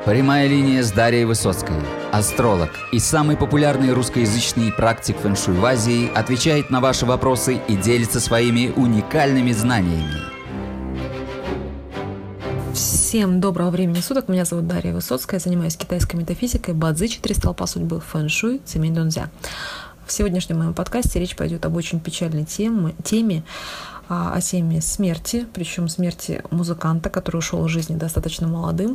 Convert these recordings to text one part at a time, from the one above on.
Прямая линия с Дарьей Высоцкой. Астролог и самый популярный русскоязычный практик фэн-шуй в Азии отвечает на ваши вопросы и делится своими уникальными знаниями. Всем доброго времени суток. Меня зовут Дарья Высоцкая. Я занимаюсь китайской метафизикой, бадзи, 4 столпа судьбы, фэн-шуй, цемень дунцзя. В сегодняшнем моем подкасте речь пойдет об очень печальной теме, о теме смерти, причем смерти музыканта, который ушел из жизни достаточно молодым.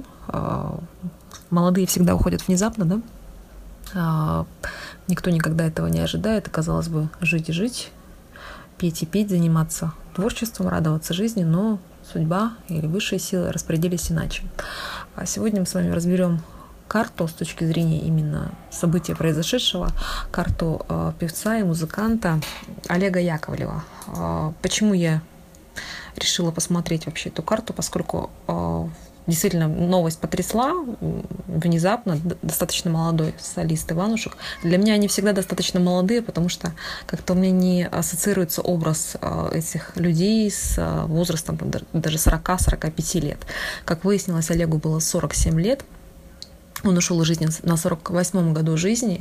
Молодые всегда уходят внезапно, да? Никто никогда этого не ожидает. И, казалось бы, жить и жить, петь и петь, заниматься творчеством, радоваться жизни, но судьба или высшие силы распорядились иначе. А сегодня мы с вами разберем карту с точки зрения именно события произошедшего, карту певца и музыканта Олега Яковлева. Почему я решила посмотреть вообще эту карту, поскольку действительно новость потрясла, внезапно, достаточно молодой солист Иванушек. Для меня они всегда достаточно молодые, потому что как-то у меня не ассоциируется образ этих людей с возрастом даже 40-45 лет. Как выяснилось, Олегу было 47 лет. Он ушел из жизни на 48-м году жизни.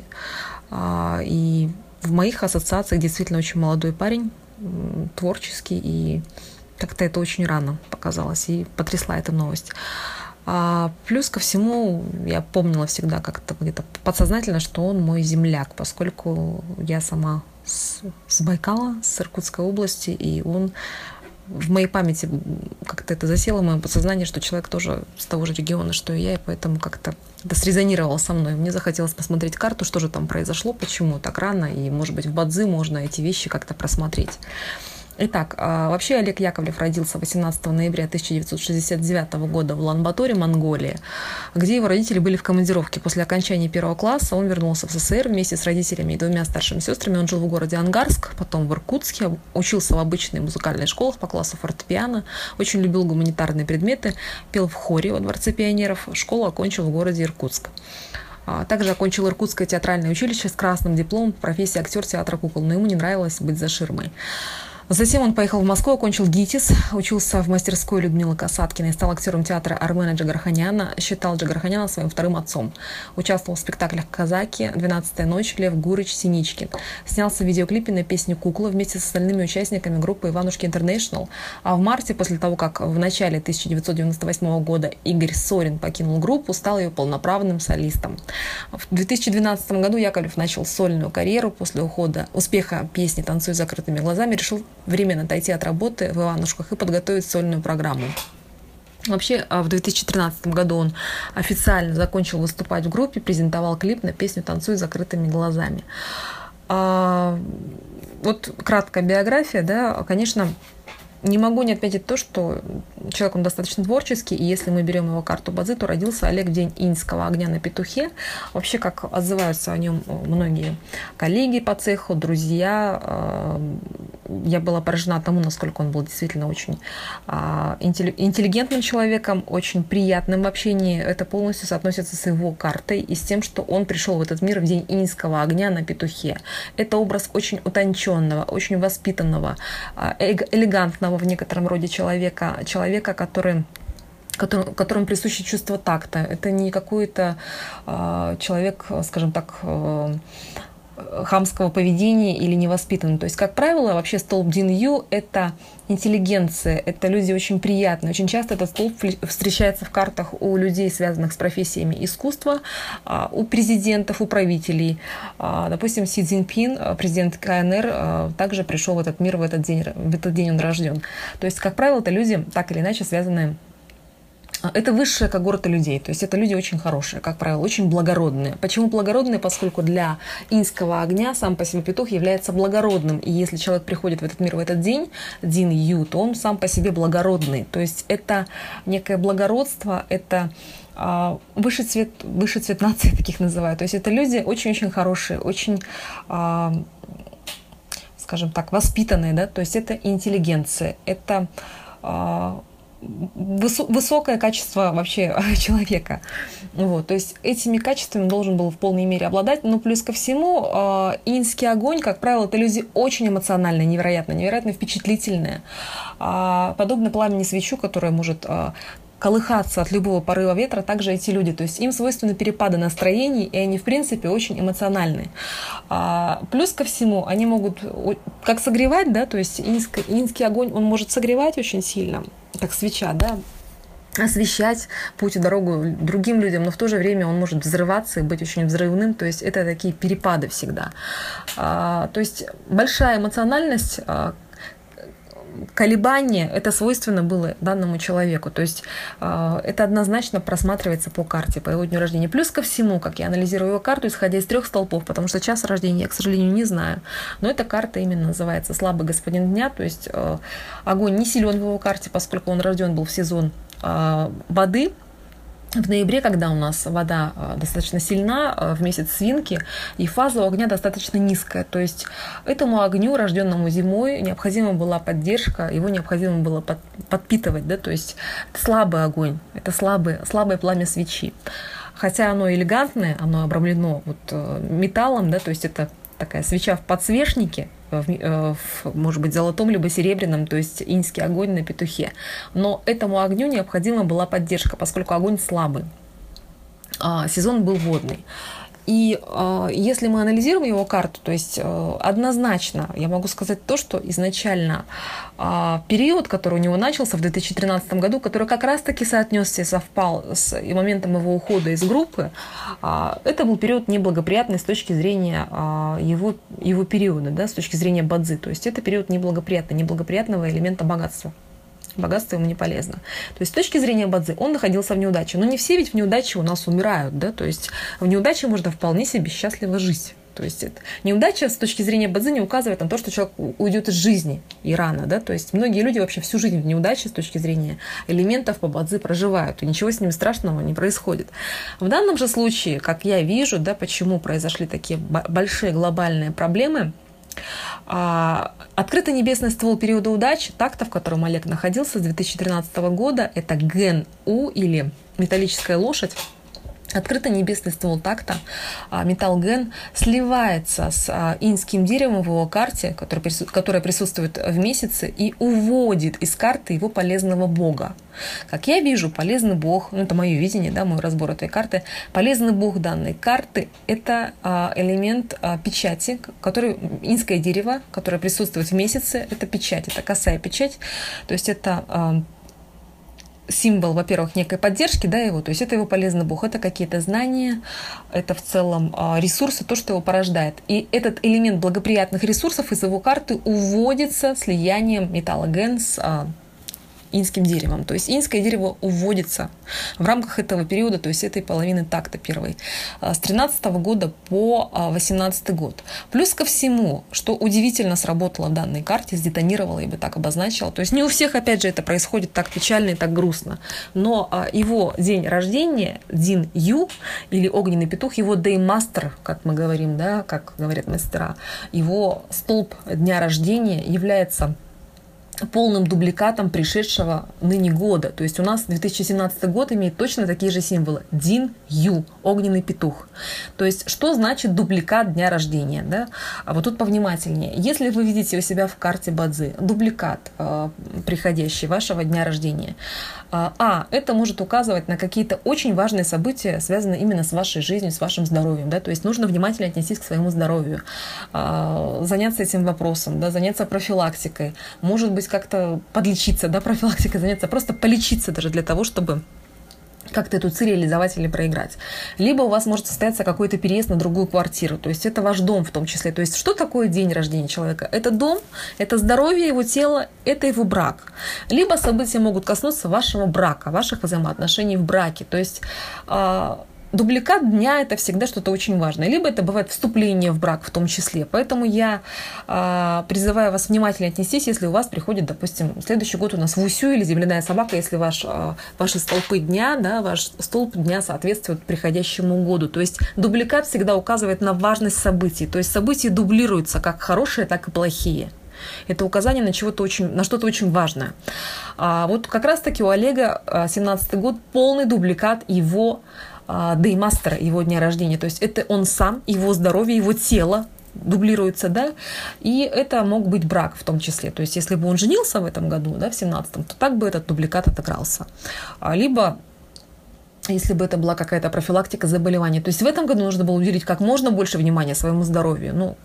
И в моих ассоциациях действительно очень молодой парень, творческий, и как-то это очень рано показалось, и потрясла эта новость. Плюс ко всему, я помнила всегда как-то где-то подсознательно, что он мой земляк, поскольку я сама с Байкала, с Иркутской области, и он в моей памяти как-то это засело в моем подсознании, что человек тоже с того же региона, что и я, и поэтому как-то это срезонировало со мной. Мне захотелось посмотреть карту, что же там произошло, почему так рано, и, может быть, в бадзи можно эти вещи как-то просмотреть. Итак, вообще Олег Яковлев родился 18 ноября 1969 года в Улан-Баторе, Монголия, где его родители были в командировке. После окончания 1 класса он вернулся в СССР вместе с родителями и 2 старшими сестрами. Он жил в городе Ангарск, потом в Иркутске, учился в обычной музыкальной школах по классу фортепиано, очень любил гуманитарные предметы, пел в хоре во Дворце пионеров, школу окончил в городе Иркутск. Также окончил Иркутское театральное училище с красным дипломом по профессии актер театра кукол, но ему не нравилось быть за ширмой. Затем он поехал в Москву, окончил ГИТИС, учился в мастерской Людмилы Касаткиной, стал актером театра Армена Джигарханяна, считал Джигарханяна своим вторым отцом. Участвовал в спектаклях «Казаки», «12-я ночь», «Лев Гурыч», «Синичкин». Снялся в видеоклипе на песню «Кукла» вместе с остальными участниками группы «Иванушки Интернешнл». А в марте, после того, как в начале 1998 года Игорь Сорин покинул группу, стал ее полноправным солистом. В 2012 году Яковлев начал сольную карьеру. После успеха песни «Танцуй с закрытыми глазами» решил временно отойти от работы в Иванушках и подготовить сольную программу. Вообще, в 2013 году он официально закончил выступать в группе, презентовал клип на песню «Танцуй с закрытыми глазами». Вот краткая биография, да, конечно, не могу не отметить то, что человек он достаточно творческий, и если мы берем его карту бадзи, то родился Олег в день иньского огня на петухе. Вообще, как отзываются о нем многие коллеги по цеху, друзья, я была поражена тому, насколько он был действительно очень интеллигентным человеком, очень приятным в общении. Это полностью соотносится с его картой и с тем, что он пришел в этот мир в день иньского огня на петухе. Это образ очень утонченного, очень воспитанного, элегантного в некотором роде человека, которому присуще чувство такта. Это не какой-то человек, скажем так, хамского поведения или невоспитанный. То есть, как правило, вообще столб Дин-Ю – это интеллигенция, это люди очень приятные. Очень часто этот столб встречается в картах у людей, связанных с профессиями искусства, у президентов, у правителей. Допустим, Си Цзиньпин, президент КНР, также пришел в этот мир в этот день он рожден. То есть, как правило, это люди, так или иначе, связанные. Это высшая когорта людей, то есть это люди очень хорошие, как правило, очень благородные. Почему благородные? Поскольку для иньского огня сам по себе петух является благородным. И если человек приходит в этот мир в этот день, Дин Ю, то он сам по себе благородный. То есть это некое благородство, это высший цвет нации, таких называют. То есть это люди очень-очень хорошие, очень, скажем так, воспитанные, да? То есть это интеллигенция, это высокое качество вообще человека. Вот. То есть этими качествами должен был в полной мере обладать. Но плюс ко всему, иньский огонь, как правило, это люди очень эмоциональные, невероятно впечатлительные. Подобно пламени свечу, которое может колыхаться от любого порыва ветра также эти люди. То есть им свойственны перепады настроений, и они, в принципе, очень эмоциональны. Плюс ко всему, они могут как согревать, да, то есть инский огонь, он может согревать очень сильно, как свеча, да, освещать путь и дорогу другим людям, но в то же время он может взрываться и быть очень взрывным, то есть это такие перепады всегда. То есть большая эмоциональность, колебания, это свойственно было данному человеку. То есть это однозначно просматривается по карте, по его дню рождения. Плюс ко всему, как я анализирую его карту, исходя из 3 столпов, потому что час рождения я, к сожалению, не знаю. Но эта карта именно называется «Слабый господин дня», то есть огонь не силен в его карте, поскольку он рожден был в сезон воды. В ноябре, когда у нас вода достаточно сильна, в месяц свинки, и фаза у огня достаточно низкая. То есть этому огню, рожденному зимой, необходима была поддержка, его необходимо было подпитывать. Да? То есть это слабый огонь, это слабое пламя свечи. Хотя оно элегантное, оно обрамлено металлом, да? То есть это такая свеча в подсвечнике, может быть, золотом либо серебряном, то есть иньский огонь на петухе. Но этому огню необходима была поддержка, поскольку огонь слабый. Сезон был водный. И если мы анализируем его карту, то есть однозначно я могу сказать то, что изначально период, который у него начался в 2013 году, который как раз-таки соотнесся и совпал с моментом его ухода из группы, это был период неблагоприятный с точки зрения его периода, да, с точки зрения бадзи. То есть это период неблагоприятного элемента богатства. Богатство ему не полезно. То есть с точки зрения бадзи он находился в неудаче. Но не все ведь в неудаче у нас умирают. Да? То есть в неудаче можно вполне себе счастливо жить. То есть неудача с точки зрения бадзи не указывает на то, что человек уйдет из жизни и рано. Да? То есть многие люди вообще всю жизнь в неудаче с точки зрения элементов по бадзи проживают. И ничего с ними страшного не происходит. В данном же случае, как я вижу, да, почему произошли такие большие глобальные проблемы, открытый небесный ствол периода удачи, такта, в котором Олег находился с 2013 года, это ген-у или металлическая лошадь. Открытый небесный ствол такта, металл ген, сливается с иньским деревом в его карте, которое присутствует в месяце, и уводит из карты его полезного бога. Как я вижу, полезный бог, это мое видение, да, мой разбор этой карты, полезный бог данной карты – это элемент печати, иньское дерево, которое присутствует в месяце, это печать, это косая печать, то есть это символ, во-первых, некой поддержки, да, его, то есть это его полезный бог, это какие-то знания, это в целом ресурсы, то, что его порождает. И этот элемент благоприятных ресурсов из его карты уводится слиянием металла ген с иньским деревом. То есть иньское дерево уводится в рамках этого периода, то есть этой половины такта первой, с 13 года по 18 год. Плюс ко всему, что удивительно сработало в данной карте, сдетонировало, я бы так обозначила. То есть не у всех, опять же, это происходит так печально и так грустно. Но его день рождения, Дин Ю, или огненный петух, его Day-Master, как мы говорим, да, как говорят мастера, его столб дня рождения является полным дубликатом пришедшего ныне года. То есть у нас 2017 год имеет точно такие же символы. Дин Ю, огненный петух. То есть что значит дубликат дня рождения? Да? А вот тут повнимательнее. Если вы видите у себя в карте бадзи дубликат приходящий вашего дня рождения, это может указывать на какие-то очень важные события, связанные именно с вашей жизнью, с вашим здоровьем. Да? То есть нужно внимательно отнестись к своему здоровью, заняться этим вопросом, да? Заняться профилактикой, может быть, как-то подлечиться, да, профилактикой заняться, просто полечиться даже для того, чтобы как-то эту цель реализовать или проиграть. Либо у вас может состояться какой-то переезд на другую квартиру, то есть это ваш дом в том числе. То есть что такое день рождения человека? Это дом, это здоровье его тела, это его брак. Либо события могут коснуться вашего брака, ваших взаимоотношений в браке. То есть дубликат дня – это всегда что-то очень важное. Либо это бывает вступление в брак в том числе. Поэтому я призываю вас внимательно отнестись, если у вас приходит, допустим, следующий год у нас вусю или земляная собака, если ваши столпы дня, да, ваш столб дня соответствует приходящему году. То есть дубликат всегда указывает на важность событий. То есть события дублируются как хорошие, так и плохие. Это указание на что-то очень важное. Вот как раз-таки у Олега 17-й год полный дубликат его Day-Master, его дня рождения. То есть это он сам, его здоровье, его тело, дублируется, да, и это мог быть брак в том числе. То есть, если бы он женился в этом году, да, в 17-м, то так бы этот дубликат отыгрался. Либо если бы это была какая-то профилактика заболеваний. То есть в этом году нужно было уделить как можно больше внимания своему здоровью. Ну,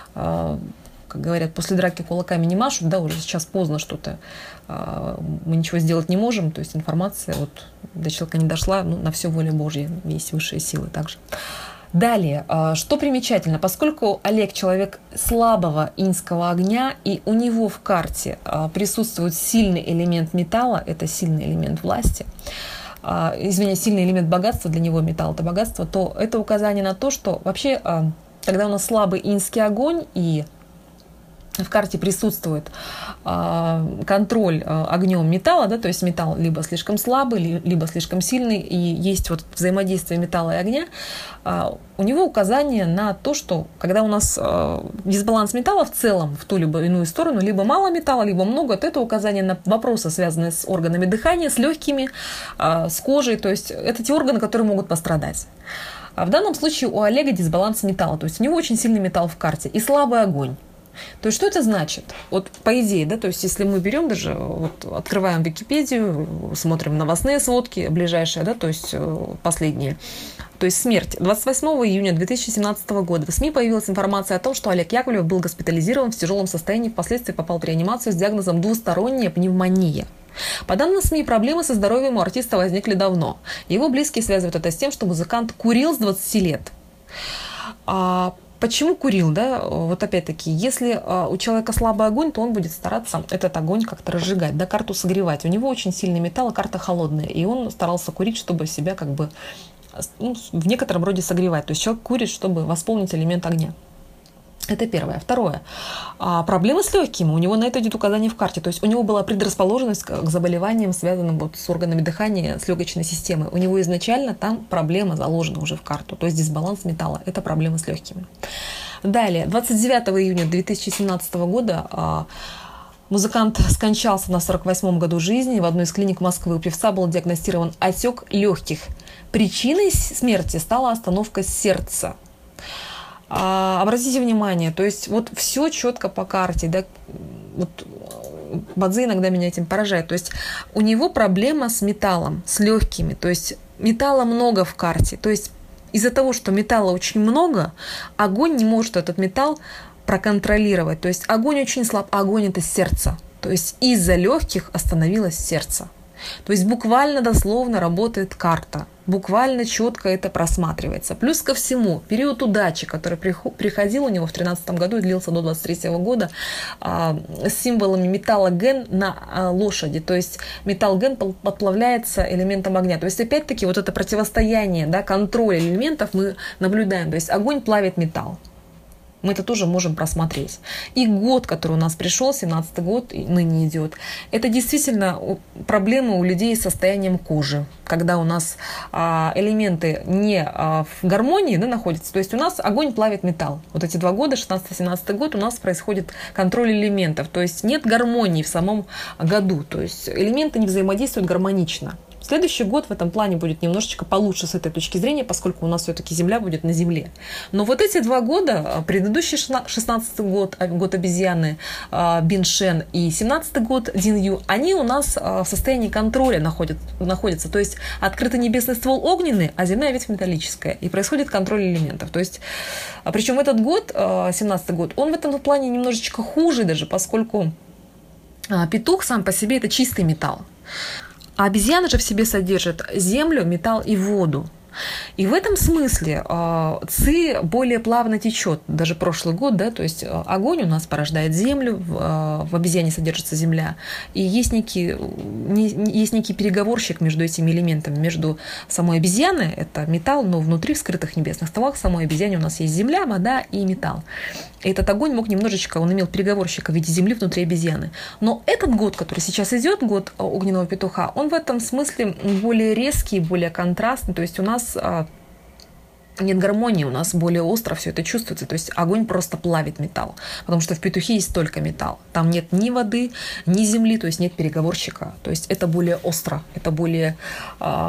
как говорят, после драки кулаками не машут, да, уже сейчас поздно что-то. Мы ничего сделать не можем. То есть информация вот до человека не дошла, ну, на все воля Божья, есть высшие силы также. Далее, что примечательно, поскольку Олег человек слабого иньского огня, и у него в карте присутствует сильный элемент металла, это сильный элемент власти, сильный элемент богатства, для него металл – это богатство, то это указание на то, что вообще, когда у нас слабый иньский огонь и в карте присутствует контроль огнем металла, да, то есть металл либо слишком слабый, либо слишком сильный, и есть вот взаимодействие металла и огня, у него указание на то, что когда у нас дисбаланс металла в целом в ту либо иную сторону, либо мало металла, либо много, то это указание на вопросы, связанные с органами дыхания, с легкими, с кожей, то есть это те органы, которые могут пострадать. А в данном случае у Олега дисбаланс металла, то есть у него очень сильный металл в карте и слабый огонь. То есть, что это значит? Вот по идее, да, то есть, если мы берем даже, вот, открываем Википедию, смотрим новостные сводки ближайшие, да, то есть, последние, то есть, смерть. 28 июня 2017 года в СМИ появилась информация о том, что Олег Яковлев был госпитализирован в тяжелом состоянии, впоследствии попал в реанимацию с диагнозом двусторонняя пневмония. По данным СМИ, проблемы со здоровьем у артиста возникли давно. Его близкие связывают это с тем, что музыкант курил с 20 лет. Почему курил, да? Вот опять-таки, если у человека слабый огонь, то он будет стараться этот огонь как-то разжигать, да, карту согревать. У него очень сильный металл, а карта холодная, и он старался курить, чтобы себя как бы, ну, в некотором роде согревать. То есть человек курит, чтобы восполнить элемент огня. Это первое. Второе. Проблемы с легкими. У него на это идет указание в карте. То есть у него была предрасположенность к заболеваниям, связанным вот с органами дыхания, с легочной системой. У него изначально там проблема заложена уже в карту. То есть дисбаланс металла. Это проблемы с легкими. Далее. 29 июня 2017 года музыкант скончался на 48-м году жизни. В одной из клиник Москвы у певца был диагностирован отек легких. Причиной смерти стала остановка сердца. Обратите внимание, то есть вот все четко по карте, да, вот Бадзи иногда меня этим поражает, то есть у него проблема с металлом, с легкими, то есть металла много в карте, то есть из-за того, что металла очень много, огонь не может этот металл проконтролировать, то есть огонь очень слаб, а огонь это сердце, то есть из-за легких остановилось сердце. То есть буквально дословно работает карта, буквально четко это просматривается. Плюс ко всему, период удачи, который приходил у него в 2013 году и длился до 2023 года, с символами металла ген на лошади. То есть металл ген подплавляется элементом огня. То есть опять-таки вот это противостояние, да, контроль элементов мы наблюдаем. То есть огонь плавит металл. Мы это тоже можем просмотреть. И год, который у нас пришел, 17-й год, ныне идет, это действительно проблемы у людей с состоянием кожи, когда у нас элементы не в гармонии, да, находятся. То есть у нас огонь плавит металл. Вот эти 2 года, 16-17 год, у нас происходит контроль элементов. То есть нет гармонии в самом году. То есть элементы не взаимодействуют гармонично. Следующий год в этом плане будет немножечко получше с этой точки зрения, поскольку у нас все-таки Земля будет на Земле. Но вот эти 2 года, предыдущий 16-й год, год обезьяны Биншен, и 17-й год Дин Ю, они у нас в состоянии контроля находятся. То есть открытый небесный ствол огненный, а земная ветвь металлическая. И происходит контроль элементов. То есть, причем этот год, 17-й год, он в этом плане немножечко хуже даже, поскольку петух сам по себе это чистый металл. А обезьяна же в себе содержит землю, металл и воду. И в этом смысле ци более плавно течет. Даже прошлый год, да, то есть огонь у нас порождает землю, в обезьяне содержится земля. И есть некий переговорщик между этими элементами, между самой обезьяной, это металл, но внутри в скрытых небесных стволах самой обезьяне у нас есть земля, вода и металл. И этот огонь мог немножечко, он имел переговорщика в виде земли внутри обезьяны. Но этот год, который сейчас идет, год огненного петуха, он в этом смысле более резкий, более контрастный. То есть у нас нет гармонии, у нас более остро все это чувствуется. То есть огонь просто плавит металл, потому что в петухе есть только металл. Там нет ни воды, ни земли, то есть нет переговорщика. То есть это более остро, это более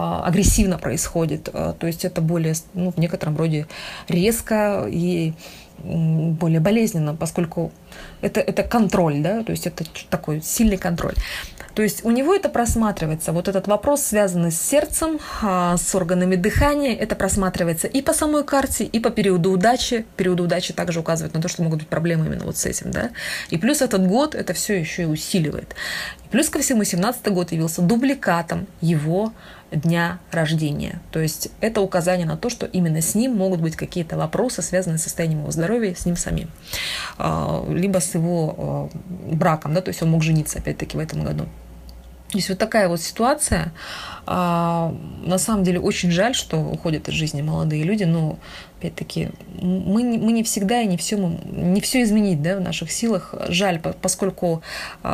агрессивно происходит. То есть это более, в некотором роде резко и более болезненно, поскольку это контроль, да, то есть это такой сильный контроль. То есть у него это просматривается, вот этот вопрос, связанный с сердцем, с органами дыхания, это просматривается и по самой карте, и по периоду удачи. Периоды удачи также указывают на то, что могут быть проблемы именно вот с этим, да. И плюс этот год это все еще и усиливает. И плюс ко всему 17-й год явился дубликатом его дня рождения. То есть это указание на то, что именно с ним могут быть какие-то вопросы, связанные с состоянием его здоровья, с ним самим. Либо с его браком, да, то есть он мог жениться опять-таки в этом году. То есть вот такая вот ситуация. На самом деле очень жаль, что уходят из жизни молодые люди, но опять-таки мы не всегда и не все изменить, да, в наших силах. Жаль, поскольку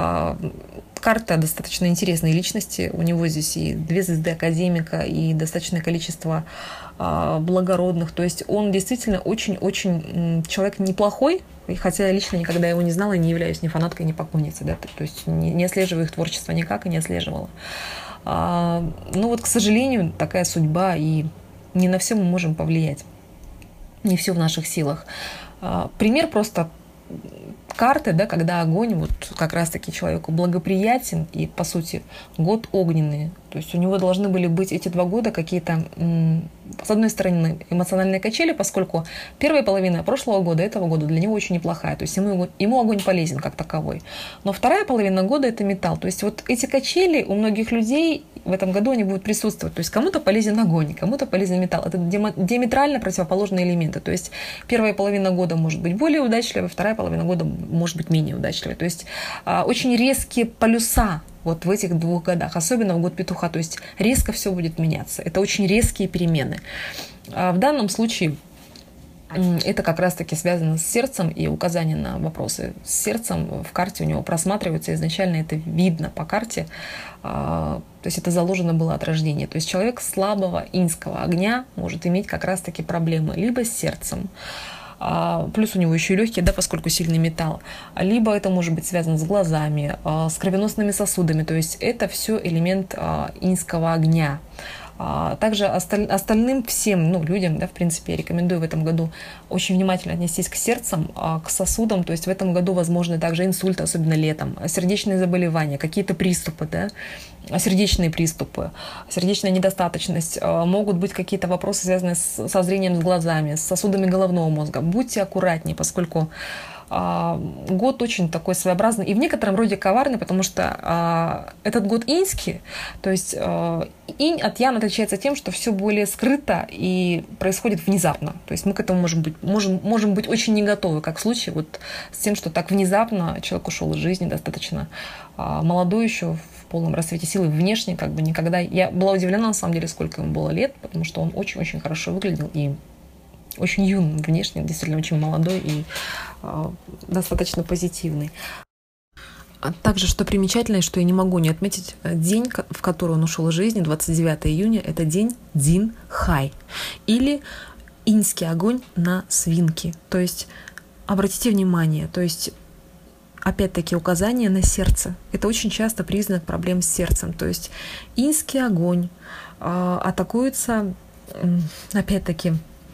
карта достаточно интересной личности. У него здесь и 2 звезды академика, и достаточное количество благородных. То есть он действительно очень-очень человек неплохой, хотя я лично никогда его не знала и не являюсь ни фанаткой, ни поклонницей. Да? То есть не отслеживаю их творчество никак и не отслеживала. Но вот, к сожалению, такая судьба, и не на все мы можем повлиять. Не все в наших силах. Пример просто карты, да, когда огонь вот как раз-таки человеку благоприятен, и, по сути, год огненный. То есть у него должны были быть эти 2 года какие-то, с одной стороны, эмоциональные качели, поскольку первая половина прошлого года, этого года для него очень неплохая. То есть ему огонь полезен как таковой. Но вторая половина года – это металл. То есть вот эти качели у многих людей в этом году они будут присутствовать. То есть кому-то полезен огонь, кому-то полезен металл. Это диаметрально противоположные элементы. То есть первая половина года может быть более удачливой, вторая половина года может быть менее удачливой. То есть очень резкие полюса вот в этих 2 годах, особенно в год петуха. То есть резко все будет меняться. Это очень резкие перемены. В данном случае это как раз-таки связано с сердцем, и указание на вопросы с сердцем в карте у него просматриваются. Изначально это видно по карте. То есть это заложено было от рождения. То есть человек слабого инского огня может иметь как раз-таки проблемы либо с сердцем, плюс у него еще и легкие, да, поскольку сильный металл, либо это может быть связано с глазами, с кровеносными сосудами. То есть это все элемент инского огня. Также остальным всем людям, да, в принципе, я рекомендую в этом году очень внимательно отнестись к сердцам, к сосудам. То есть в этом году возможны также инсульты, особенно летом, сердечные заболевания, какие-то приступы, да, сердечные приступы, сердечная недостаточность. Могут быть какие-то вопросы, связанные со зрением, с глазами, с сосудами головного мозга. Будьте аккуратнее, поскольку год очень такой своеобразный и в некотором роде коварный, потому что этот год иньский, то есть инь от ян отличается тем, что все более скрыто и происходит внезапно. То есть мы к этому можем быть очень не готовы, как в случае вот с тем, что так внезапно человек ушел из жизни, достаточно молодой еще, в полном расцвете силы, внешне как бы никогда. Я была удивлена, на самом деле, сколько ему было лет, потому что он очень-очень хорошо выглядел и очень юный внешне, действительно очень молодой и достаточно позитивный. Также, что примечательно, что я не могу не отметить день, в который он ушел из жизни, 29 июня, это день Дин Хай, или иньский огонь на свинке. То есть, обратите внимание, то есть, опять-таки, указание на сердце. Это очень часто признак проблем с сердцем. То есть, иньский огонь атакуется, опять-таки,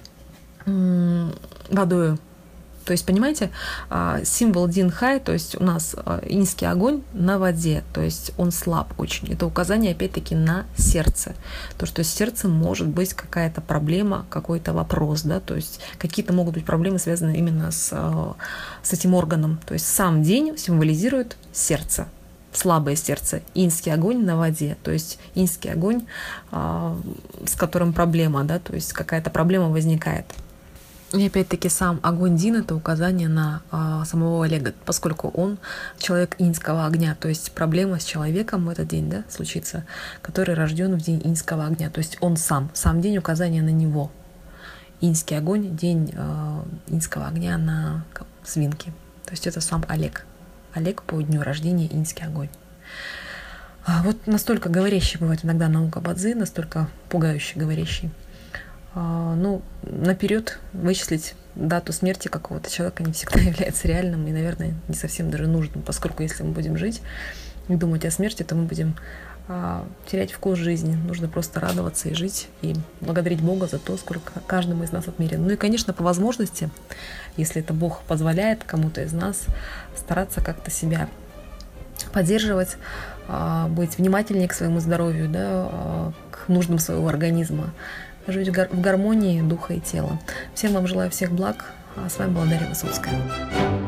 водою. То есть, понимаете, символ Дин Хай, то есть у нас иньский огонь на воде, то есть он слаб очень. Это указание, опять-таки, на сердце. То, что с сердцем может быть какая-то проблема, какой-то вопрос, да, то есть какие-то могут быть проблемы, связанные именно с этим органом. То есть сам день символизирует сердце. Слабое сердце, иньский огонь на воде, то есть иньский огонь, с которым проблема, да, то есть какая-то проблема возникает. И опять-таки сам огонь Дин — это указание на самого Олега, поскольку он человек иньского огня, то есть проблема с человеком в этот день, да, случится, который рожден в день иньского огня, то есть он сам день — указание на него. Иньский огонь — день иньского огня на свинке, то есть это сам Олег. Олег по дню рождения иньский огонь. Вот настолько говорящий бывает иногда наука Бадзи, настолько пугающий говорящий. Наперед вычислить дату смерти какого-то человека не всегда является реальным и, наверное, не совсем даже нужным, поскольку если мы будем жить и думать о смерти, то мы будем терять вкус жизни. Нужно просто радоваться и жить, и благодарить Бога за то, сколько каждому из нас отмерено. Ну и, конечно, по возможности, если это Бог позволяет кому-то из нас, стараться как-то себя поддерживать, быть внимательнее к своему здоровью, да, к нуждам своего организма, жить в гармонии духа и тела. Всем вам желаю всех благ. С вами была Дарья Высоцкая.